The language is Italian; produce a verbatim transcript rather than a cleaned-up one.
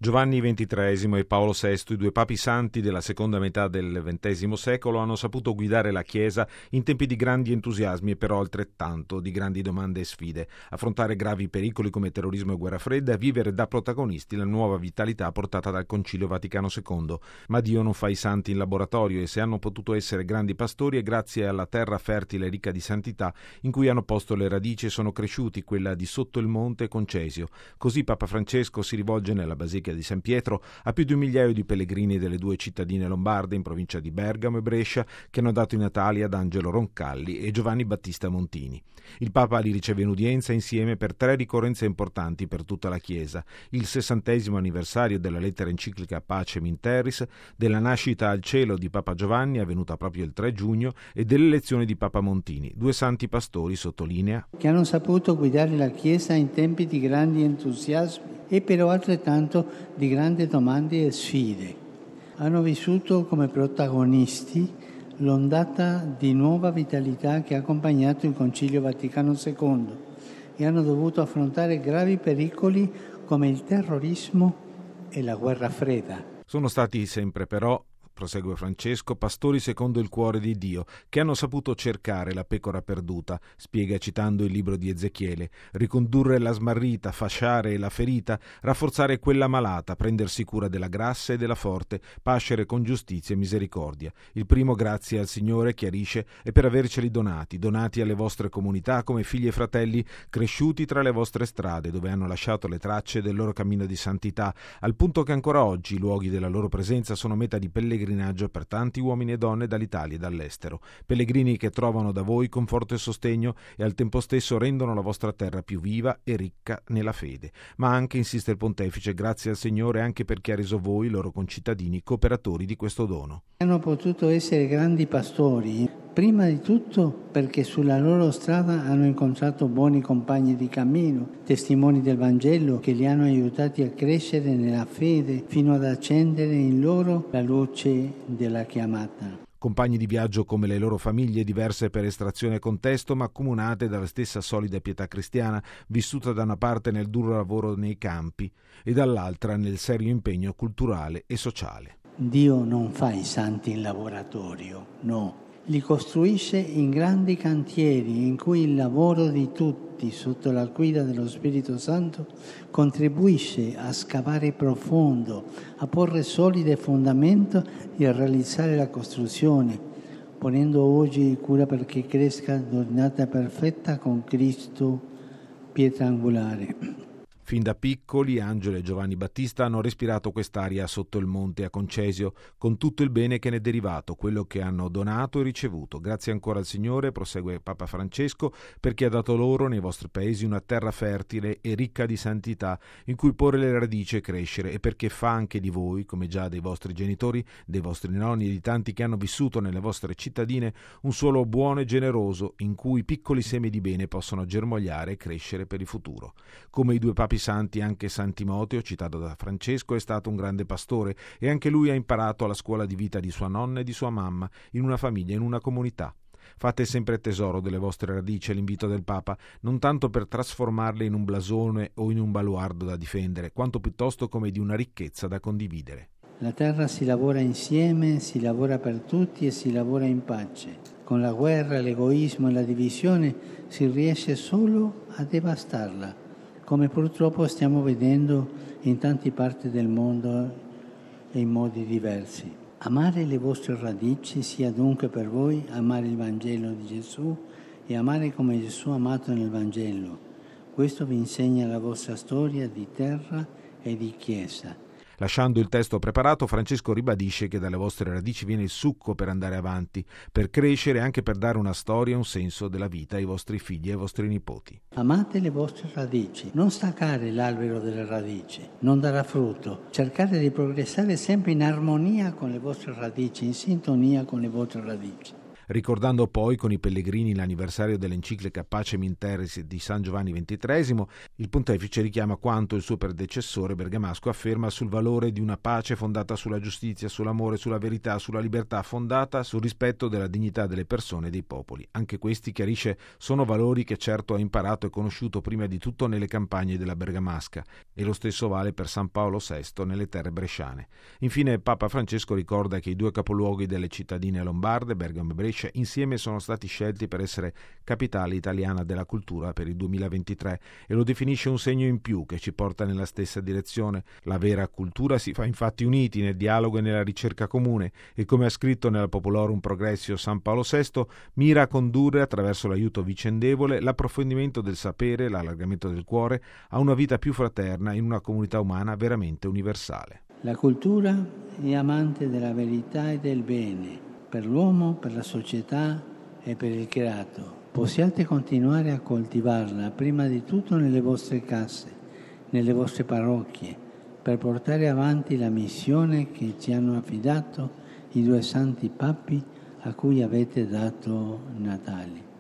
Giovanni ventitreesimo e Paolo sesto, i due papi santi della seconda metà del ventesimo secolo, hanno saputo guidare la Chiesa in tempi di grandi entusiasmi e però altrettanto di grandi domande e sfide, affrontare gravi pericoli come terrorismo e guerra fredda e vivere da protagonisti la nuova vitalità portata dal Concilio Vaticano secondo. Ma Dio non fa i santi in laboratorio e se hanno potuto essere grandi pastori è grazie alla terra fertile e ricca di santità in cui hanno posto le radici e sono cresciuti, quella di sotto il monte Concesio. Così Papa Francesco si rivolge nella Basilica di San Pietro a più di un migliaio di pellegrini delle due cittadine lombarde in provincia di Bergamo e Brescia che hanno dato i natali ad Angelo Roncalli e Giovanni Battista Montini. Il Papa li riceve in udienza insieme per tre ricorrenze importanti per tutta la Chiesa: il sessantesimo anniversario della lettera enciclica Pacem in Terris, della nascita al cielo di Papa Giovanni avvenuta proprio il tre giugno e dell'elezione di Papa Montini, due santi pastori, sottolinea, che hanno saputo guidare la Chiesa in tempi di grandi entusiasmi e però altrettanto di grandi domande e sfide. Hanno vissuto come protagonisti l'ondata di nuova vitalità che ha accompagnato il Concilio Vaticano secondo e hanno dovuto affrontare gravi pericoli come il terrorismo e la guerra fredda. Sono stati sempre però, prosegue Francesco, pastori secondo il cuore di Dio, che hanno saputo cercare la pecora perduta, spiega citando il libro di Ezechiele, ricondurre la smarrita, fasciare la ferita, rafforzare quella malata, prendersi cura della grassa e della forte, pascere con giustizia e misericordia. Il primo, grazie al Signore, chiarisce, è per averceli donati, donati alle vostre comunità come figli e fratelli cresciuti tra le vostre strade, dove hanno lasciato le tracce del loro cammino di santità, al punto che ancora oggi i luoghi della loro presenza sono meta di pellegrinaggio per tanti uomini e donne dall'Italia e dall'estero, pellegrini che trovano da voi conforto e sostegno e al tempo stesso rendono la vostra terra più viva e ricca nella fede. Ma anche, insiste il pontefice, grazie al Signore anche perché ha reso voi, loro concittadini, cooperatori di questo dono. Hanno potuto essere grandi pastori, prima di tutto perché sulla loro strada hanno incontrato buoni compagni di cammino, testimoni del Vangelo che li hanno aiutati a crescere nella fede fino ad accendere in loro la luce della chiamata. Compagni di viaggio come le loro famiglie, diverse per estrazione e contesto, ma accomunate dalla stessa solida pietà cristiana, vissuta da una parte nel duro lavoro nei campi e dall'altra nel serio impegno culturale e sociale. Dio non fa i santi in laboratorio, no. Li costruisce in grandi cantieri in cui il lavoro di tutti sotto la guida dello Spirito Santo contribuisce a scavare profondo, a porre solide fondamenta e a realizzare la costruzione, ponendo oggi cura perché cresca giornata perfetta con Cristo, pietra angolare. Fin da piccoli Angelo e Giovanni Battista hanno respirato quest'aria sotto il monte a Concesio, con tutto il bene che ne è derivato, quello che hanno donato e ricevuto. Grazie ancora al Signore, prosegue Papa Francesco, perché ha dato loro nei vostri paesi una terra fertile e ricca di santità in cui porre le radici e crescere, e perché fa anche di voi, come già dei vostri genitori, dei vostri nonni e di tanti che hanno vissuto nelle vostre cittadine, un suolo buono e generoso in cui piccoli semi di bene possono germogliare e crescere per il futuro. Come i due papi santi, anche San Timoteo, citato da Francesco, è stato un grande pastore e anche lui ha imparato alla scuola di vita di sua nonna e di sua mamma, in una famiglia, in una comunità. Fate sempre tesoro delle vostre radici, è l'invito del Papa, non tanto per trasformarle in un blasone o in un baluardo da difendere, quanto piuttosto come di una ricchezza da condividere. La terra si lavora insieme, si lavora per tutti e si lavora in pace. Con la guerra, l'egoismo e la divisione si riesce solo a devastarla, come purtroppo stiamo vedendo in tante parti del mondo e in modi diversi. Amare le vostre radici sia dunque per voi amare il Vangelo di Gesù e amare come Gesù ha amato nel Vangelo. Questo vi insegna la vostra storia di terra e di Chiesa. Lasciando il testo preparato, Francesco ribadisce che dalle vostre radici viene il succo per andare avanti, per crescere e anche per dare una storia e un senso della vita ai vostri figli e ai vostri nipoti. Amate le vostre radici, non staccare l'albero delle radici, non darà frutto. Cercate di progressare sempre in armonia con le vostre radici, in sintonia con le vostre radici. Ricordando poi con i pellegrini l'anniversario dell'enciclica Pacem in Terris di San Giovanni ventitreesimo, il pontefice richiama quanto il suo predecessore bergamasco afferma sul valore di una pace fondata sulla giustizia, sull'amore, sulla verità, sulla libertà, fondata sul rispetto della dignità delle persone e dei popoli. Anche questi, chiarisce, sono valori che certo ha imparato e conosciuto prima di tutto nelle campagne della Bergamasca, e lo stesso vale per San Paolo sesto nelle terre bresciane. Infine Papa Francesco ricorda che i due capoluoghi delle cittadine lombarde, Bergamo e Brescia, insieme sono stati scelti per essere capitale italiana della cultura per il duemilaventitré e lo definisce un segno in più che ci porta nella stessa direzione. La vera cultura si fa infatti uniti nel dialogo e nella ricerca comune e, come ha scritto nella Popolorum Progressio San Paolo sesto, mira a condurre attraverso l'aiuto vicendevole l'approfondimento del sapere, l'allargamento del cuore a una vita più fraterna in una comunità umana veramente universale. La cultura è amante della verità e del bene, per l'uomo, per la società e per il creato. Possiate continuare a coltivarla prima di tutto nelle vostre case, nelle vostre parrocchie, per portare avanti la missione che ci hanno affidato i due santi papi a cui avete dato Natale.